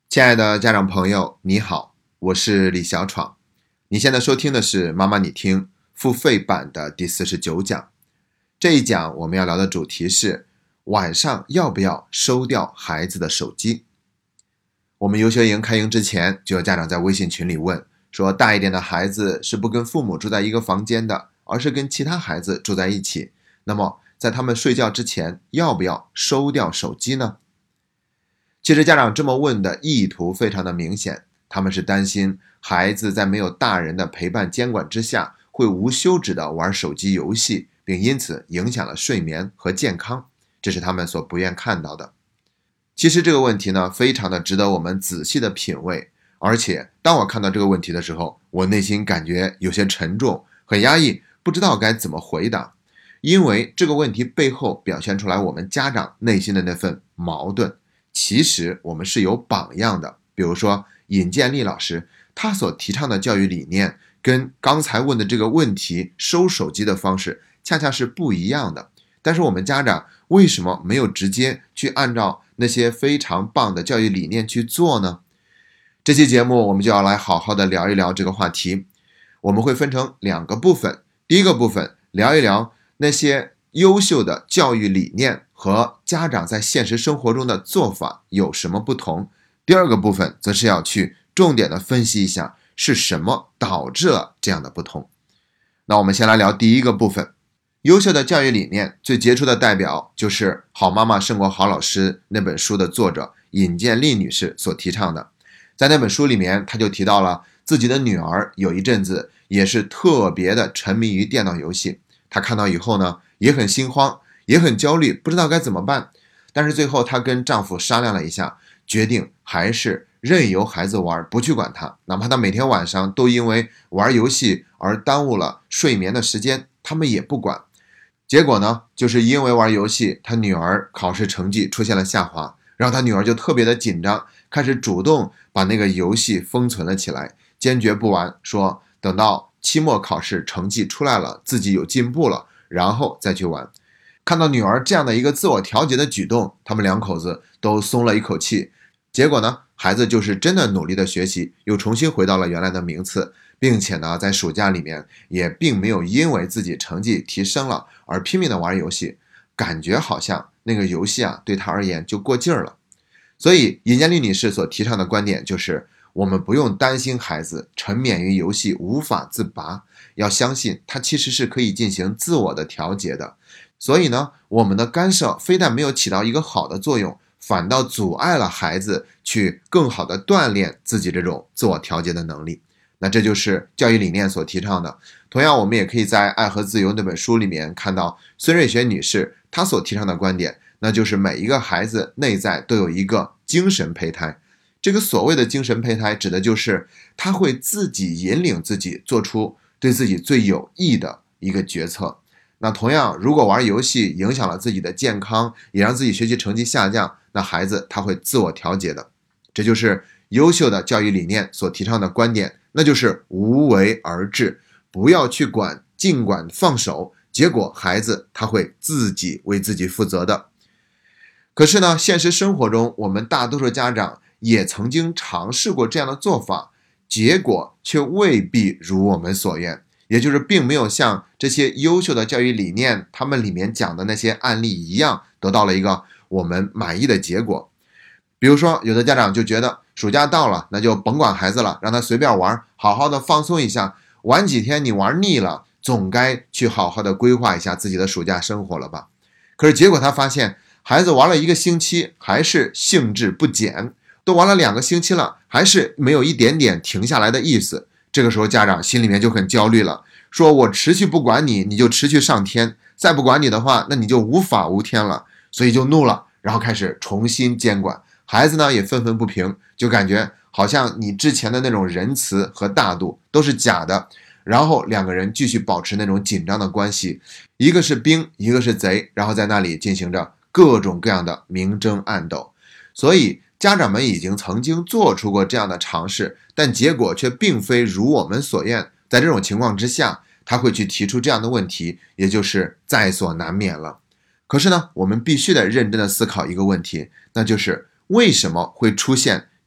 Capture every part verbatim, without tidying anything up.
亲爱的家长朋友，你好，我是李小闯。你现在收听的是妈妈你听付费版的第四十九讲。这一讲我们要聊的主题是晚上要不要收掉孩子的手机。我们游学营开营之前，就有家长在微信群里问，说大一点的孩子是不跟父母住在一个房间的，而是跟其他孩子住在一起，那么在他们睡觉之前要不要收掉手机呢？其实家长这么问的意图非常的明显，他们是担心孩子在没有大人的陪伴监管之下，会无休止的玩手机游戏，并因此影响了睡眠和健康，这是他们所不愿看到的。其实这个问题呢，非常的值得我们仔细的品味，而且当我看到这个问题的时候，我内心感觉有些沉重，很压抑，不知道该怎么回答。因为这个问题背后表现出来我们家长内心的那份矛盾。其实我们是有榜样的，比如说尹建莉老师，他所提倡的教育理念跟刚才问的这个问题收手机的方式恰恰是不一样的。但是我们家长为什么没有直接去按照那些非常棒的教育理念去做呢？这期节目我们就要来好好的聊一聊这个话题。我们会分成两个部分，第一个部分聊一聊那些优秀的教育理念和家长在现实生活中的做法有什么不同。第二个部分则是要去重点的分析一下是什么导致了这样的不同。那我们先来聊第一个部分。优秀的教育理念最杰出的代表就是《好妈妈胜过好老师》那本书的作者尹建莉女士所提倡的。在那本书里面，她就提到了自己的女儿有一阵子也是特别的沉迷于电脑游戏，她看到以后呢也很心慌，也很焦虑，不知道该怎么办。但是最后她跟丈夫商量了一下，决定还是任由孩子玩，不去管他，哪怕他每天晚上都因为玩游戏而耽误了睡眠的时间，他们也不管。结果呢，就是因为玩游戏，他女儿考试成绩出现了下滑，然后他女儿就特别的紧张，开始主动把那个游戏封存了起来，坚决不玩，说等到期末考试成绩出来了，自己有进步了，然后再去玩。看到女儿这样的一个自我调节的举动，他们两口子都松了一口气。结果呢，孩子就是真的努力的学习，又重新回到了原来的名次，并且呢，在暑假里面也并没有因为自己成绩提升了而拼命的玩游戏，感觉好像那个游戏啊对他而言就过劲儿了。所以尹建莉女士所提倡的观点就是，我们不用担心孩子沉湎于游戏无法自拔，要相信他其实是可以进行自我的调节的。所以呢，我们的干涉非但没有起到一个好的作用，反倒阻碍了孩子去更好的锻炼自己这种自我调节的能力。那这就是教育理念所提倡的。同样，我们也可以在《爱和自由》那本书里面看到孙瑞雪女士她所提倡的观点，那就是每一个孩子内在都有一个精神胚胎。这个所谓的精神胚胎指的就是他会自己引领自己做出对自己最有益的一个决策。那同样，如果玩游戏影响了自己的健康，也让自己学习成绩下降，那孩子他会自我调节的。这就是优秀的教育理念所提倡的观点，那就是无为而治，不要去管，尽管放手，结果孩子他会自己为自己负责的。可是呢，现实生活中我们大多数家长也曾经尝试过这样的做法，结果却未必如我们所愿，也就是并没有像这些优秀的教育理念他们里面讲的那些案例一样得到了一个我们满意的结果。比如说有的家长就觉得暑假到了，那就甭管孩子了，让他随便玩，好好的放松一下，玩几天你玩腻了，总该去好好的规划一下自己的暑假生活了吧。可是结果他发现孩子玩了一个星期还是兴致不减，都玩了两个星期了，还是没有一点点停下来的意思。这个时候家长心里面就很焦虑了，说我持续不管你，你就持续上天，再不管你的话，那你就无法无天了，所以就怒了，然后开始重新监管。孩子呢也愤愤不平，就感觉好像你之前的那种仁慈和大度都是假的，然后两个人继续保持那种紧张的关系，一个是兵，一个是贼，然后在那里进行着各种各样的明争暗斗。所以家长们已经曾经做出过这样的尝试，但结果却并非如我们所愿。在这种情况之下，他会去提出这样的问题，也就是在所难免了。可是呢，我们必须得认真的思考一个问题，那就是为什么会出现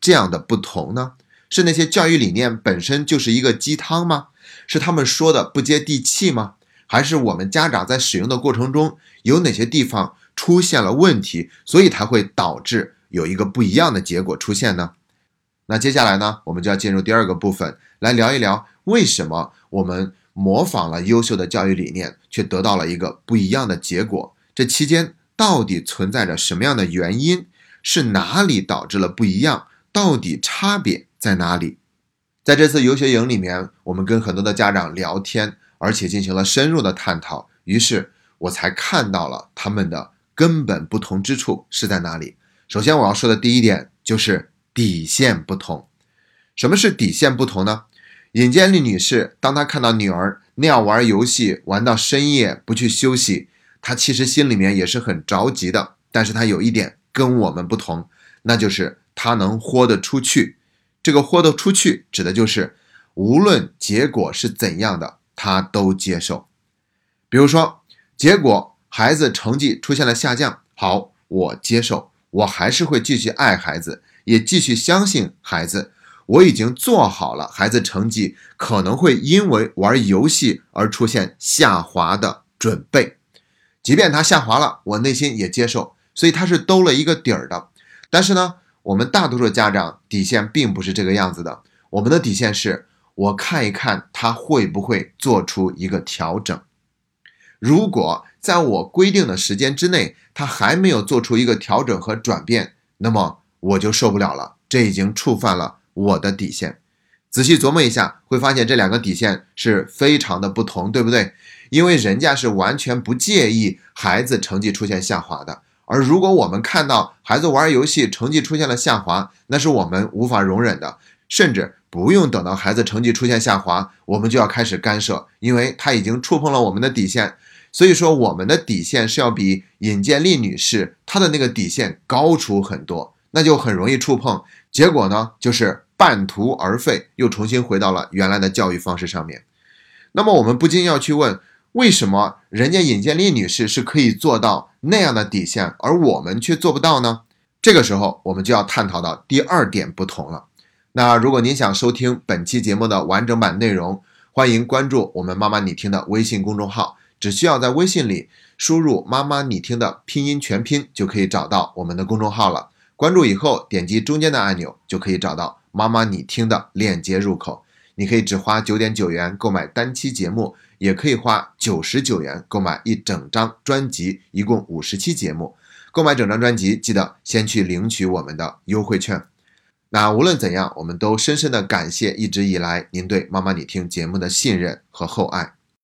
这样的不同呢？是那些教育理念本身就是一个鸡汤吗？是他们说的不接地气吗？还是我们家长在使用的过程中有哪些地方出现了问题，所以才会导致有一个不一样的结果出现呢？那接下来呢，我们就要进入第二个部分，来聊一聊为什么我们模仿了优秀的教育理念，却得到了一个不一样的结果。这期间到底存在着什么样的原因？是哪里导致了不一样？到底差别在哪里？在这次游学营里面，我们跟很多的家长聊天，而且进行了深入的探讨，于是我才看到了他们的根本不同之处是在哪里。首先我要说的第一点就是底线不同。什么是底线不同呢？尹建莉女士当她看到女儿那样玩游戏玩到深夜不去休息，她其实心里面也是很着急的，但是她有一点跟我们不同，那就是她能豁得出去。这个豁得出去指的就是无论结果是怎样的她都接受。比如说结果孩子成绩出现了下降，好，我接受，我还是会继续爱孩子，也继续相信孩子，我已经做好了孩子成绩可能会因为玩游戏而出现下滑的准备。即便他下滑了，我内心也接受，所以他是兜了一个底儿的。但是呢，我们大多数家长底线并不是这个样子的，我们的底线是我看一看他会不会做出一个调整。如果在我规定的时间之内他还没有做出一个调整和转变，那么我就受不了了，这已经触犯了我的底线。仔细琢磨一下，会发现这两个底线是非常的不同，对不对？因为人家是完全不介意孩子成绩出现下滑的，而如果我们看到孩子玩游戏成绩出现了下滑，那是我们无法容忍的，甚至不用等到孩子成绩出现下滑，我们就要开始干涉，因为他已经触碰了我们的底线。所以说我们的底线是要比尹建莉女士她的那个底线高出很多，那就很容易触碰，结果呢就是半途而废，又重新回到了原来的教育方式上面。那么我们不禁要去问，为什么人家尹建莉女士是可以做到那样的底线，而我们却做不到呢？这个时候我们就要探讨到第二点不同了。那如果您想收听本期节目的完整版内容，欢迎关注我们妈妈你听的微信公众号，只需要在微信里输入妈妈你听的拼音全拼就可以找到我们的公众号了。关注以后点击中间的按钮就可以找到妈妈你听的链接入口。你可以只花 九点九元购买单期节目，也可以花九十九元购买一整张专辑，一共五十期节目。购买整张专辑记得先去领取我们的优惠券。那无论怎样，我们都深深的感谢一直以来您对妈妈你听节目的信任和厚爱。